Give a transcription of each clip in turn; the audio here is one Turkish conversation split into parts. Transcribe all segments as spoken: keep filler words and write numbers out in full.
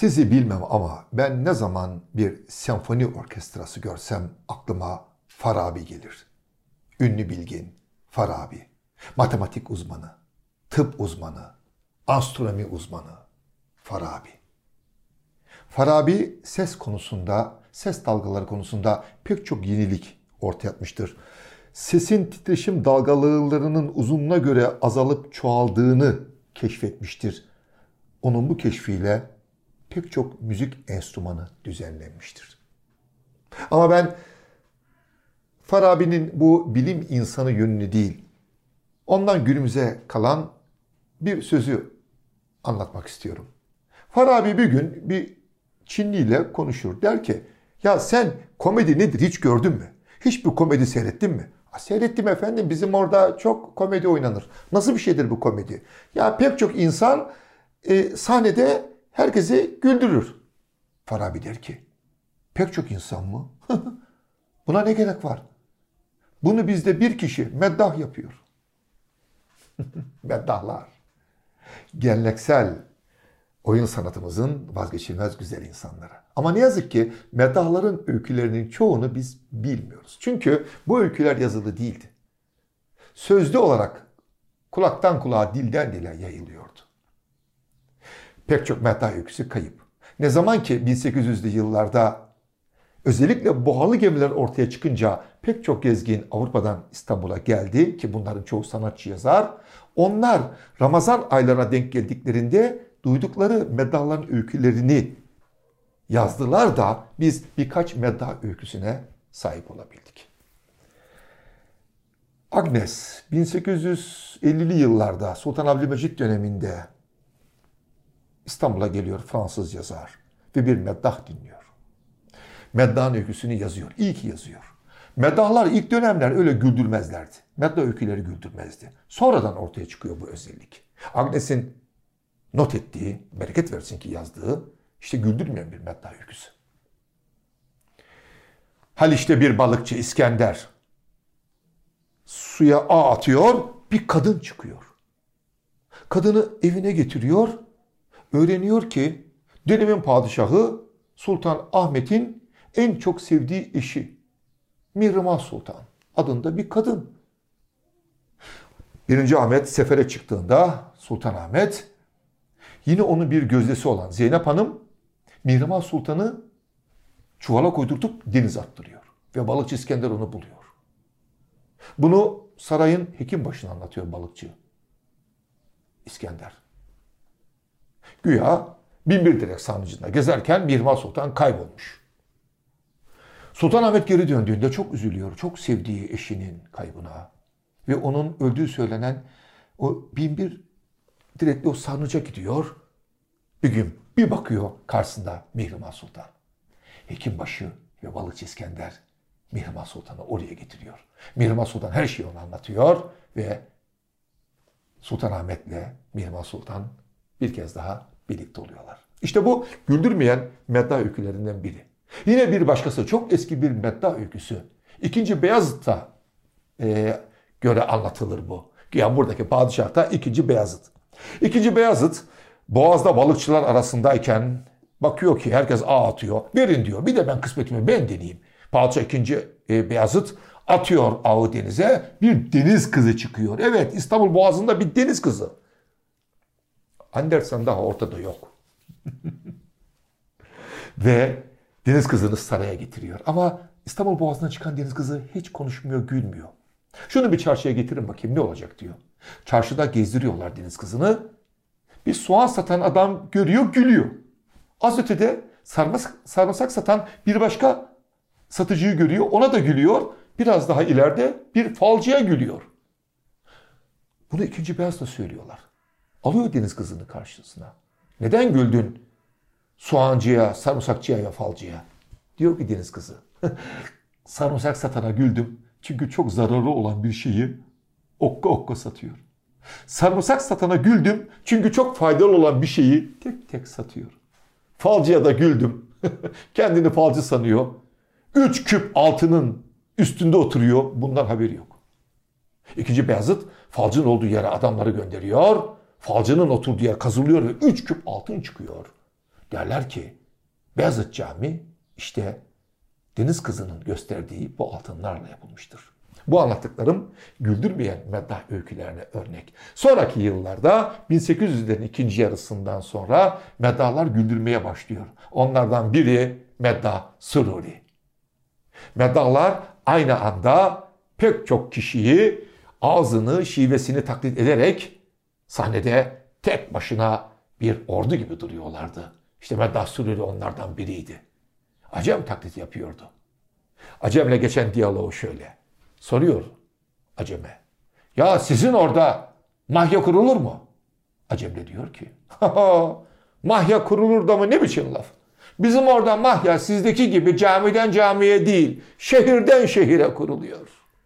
Sizi bilmem ama ben ne zaman bir senfoni orkestrası görsem aklıma Farabi gelir. Ünlü bilgin Farabi, matematik uzmanı, tıp uzmanı, astronomi uzmanı Farabi. Farabi ses konusunda, ses dalgaları konusunda pek çok yenilik ortaya atmıştır. Sesin titreşim dalgalarının uzunluğuna göre azalıp çoğaldığını keşfetmiştir. Onun bu keşfiyle pek çok müzik enstrümanı düzenlenmiştir. Ama ben Farabi'nin bu bilim insanı yönünü değil, ondan günümüze kalan bir sözü anlatmak istiyorum. Farabi bir gün bir Çinli ile konuşur. Der ki, ya sen komedi nedir hiç gördün mü? Hiçbir komedi seyrettin mi? Seyrettim efendim, bizim orada çok komedi oynanır. Nasıl bir şeydir bu komedi? Ya pek çok insan e, sahnede herkesi güldürür. Farabi der ki, pek çok insan mı? Buna ne gerek var? Bunu bizde bir kişi meddah yapıyor. Meddahlar. Geleneksel oyun sanatımızın vazgeçilmez güzel insanları. Ama ne yazık ki meddahların öykülerinin çoğunu biz bilmiyoruz. Çünkü bu öyküler yazılı değildi. Sözlü olarak kulaktan kulağa, dilden dile yayılıyordu. Pek çok meddah öyküsü kayıp. Ne zaman ki bin sekiz yüzlü yıllarda özellikle buharlı gemiler ortaya çıkınca pek çok gezgin Avrupa'dan İstanbul'a geldi ki bunların çoğu sanatçı yazar. Onlar Ramazan aylarına denk geldiklerinde duydukları meddahların öykülerini yazdılar da biz birkaç meddah öyküsüne sahip olabildik. Agnes bin sekiz yüz ellili yıllarda Sultan Abdülmecit döneminde İstanbul'a geliyor, Fransız yazar ve bir meddah dinliyor. Meddahın öyküsünü yazıyor. İyi ki yazıyor. Meddahlar ilk dönemler öyle güldürmezlerdi. Meddah öyküleri güldürmezdi. Sonradan ortaya çıkıyor bu özellik. Agnes'in not ettiği, bereket versin ki yazdığı, işte güldürmeyen bir meddah öyküsü. Haliç'te bir balıkçı İskender suya ağ atıyor, bir kadın çıkıyor. Kadını evine getiriyor, öğreniyor ki dönemin padişahı Sultan Ahmet'in en çok sevdiği eşi Mihrimah Sultan adında bir kadın. Birinci Ahmet sefere çıktığında Sultan Ahmet yine onun bir gözdesi olan Zeynep Hanım Mihrimah Sultan'ı çuvala koydurtup denize attırıyor. Ve balıkçı İskender onu buluyor. Bunu sarayın hekim başına anlatıyor balıkçı İskender. Güya Binbirdirek sarnıcında gezerken Mihrimah Sultan kaybolmuş. Sultanahmet geri döndüğünde çok üzülüyor. Çok sevdiği eşinin kaybına. Ve onun öldüğü söylenen o Binbir direktli o sarnıca gidiyor. Bir gün bir bakıyor karşısında Mihrimah Sultan. Hekimbaşı ve balıkçı İskender Mihrimah Sultan'ı oraya getiriyor. Mihrimah Sultan her şeyi ona anlatıyor ve Sultanahmet'le Mihrimah Sultan bir kez daha birlikte oluyorlar. İşte bu güldürmeyen meddah öykülerinden biri. Yine bir başkası çok eski bir meddah öyküsü. İkinci Beyazıt'a e, göre anlatılır bu. Yani buradaki padişah da ikinci Beyazıt. İkinci Beyazıt Boğaz'da balıkçılar arasındayken bakıyor ki herkes ağ atıyor. Verin diyor. Bir de ben kısmetimi ben deneyeyim. Padişah ikinci e, Beyazıt atıyor ağı denize. Bir deniz kızı çıkıyor. Evet, İstanbul Boğazı'nda bir deniz kızı. Andersen daha ortada yok. Ve deniz kızını saraya getiriyor. Ama İstanbul Boğazı'na çıkan deniz kızı hiç konuşmuyor, gülmüyor. Şunu bir çarşıya getirin bakayım ne olacak diyor. Çarşıda gezdiriyorlar deniz kızını. Bir soğan satan adam görüyor, gülüyor. Az ötede sarımsak, sarımsak satan bir başka satıcıyı görüyor, ona da gülüyor. Biraz daha ileride bir falcıya gülüyor. Bunu ikinci Beyazıt'a söylüyorlar. Alıyor deniz kızını karşısına. Neden güldün soğancıya, sarımsakçıya ve falcıya? Diyor ki deniz kızı. Sarımsak satana güldüm. Çünkü çok zararlı olan bir şeyi okka okka satıyor. Sarımsak satana güldüm. Çünkü çok faydalı olan bir şeyi tek tek satıyor. Falcıya da güldüm. Kendini falcı sanıyor. Üç küp altının üstünde oturuyor. Bundan haberi yok. İkinci Beyazıt falcının olduğu yere adamları gönderiyor. Falcının oturduğu yer kazılıyor ve üç küp altın çıkıyor. Derler ki Beyazıt Camii işte deniz kızının gösterdiği bu altınlarla yapılmıştır. Bu anlattıklarım güldürmeyen meddah öykülerine örnek. Sonraki yıllarda bin sekiz yüzlerin ikinci yarısından sonra meddahlar güldürmeye başlıyor. Onlardan biri Meddah Sururi. Meddahlar aynı anda pek çok kişiyi ağzını, şivesini taklit ederek sahnede tek başına bir ordu gibi duruyorlardı. İşte Meddah Sururi onlardan biriydi. Acem taklit yapıyordu. Acem'le geçen diyaloğu şöyle. Soruyor Acem'e. Ya sizin orada mahya kurulur mu? Acem de diyor ki. Mahya kurulur da mı ne biçim laf? Bizim orada mahya sizdeki gibi camiden camiye değil, şehirden şehire kuruluyor.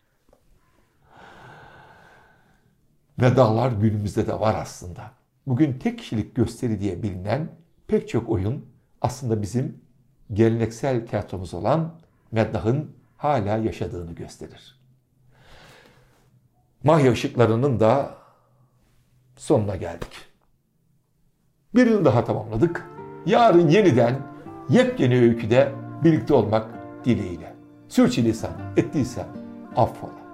Meddahlar günümüzde de var aslında. Bugün tek kişilik gösteri diye bilinen pek çok oyun aslında bizim geleneksel tiyatromuz olan meddahın hala yaşadığını gösterir. Mahya ışıklarının da sonuna geldik. Birini daha tamamladık. Yarın yeniden yepyeni öyküde birlikte olmak dileğiyle. Sürçülisan ettiysem affola.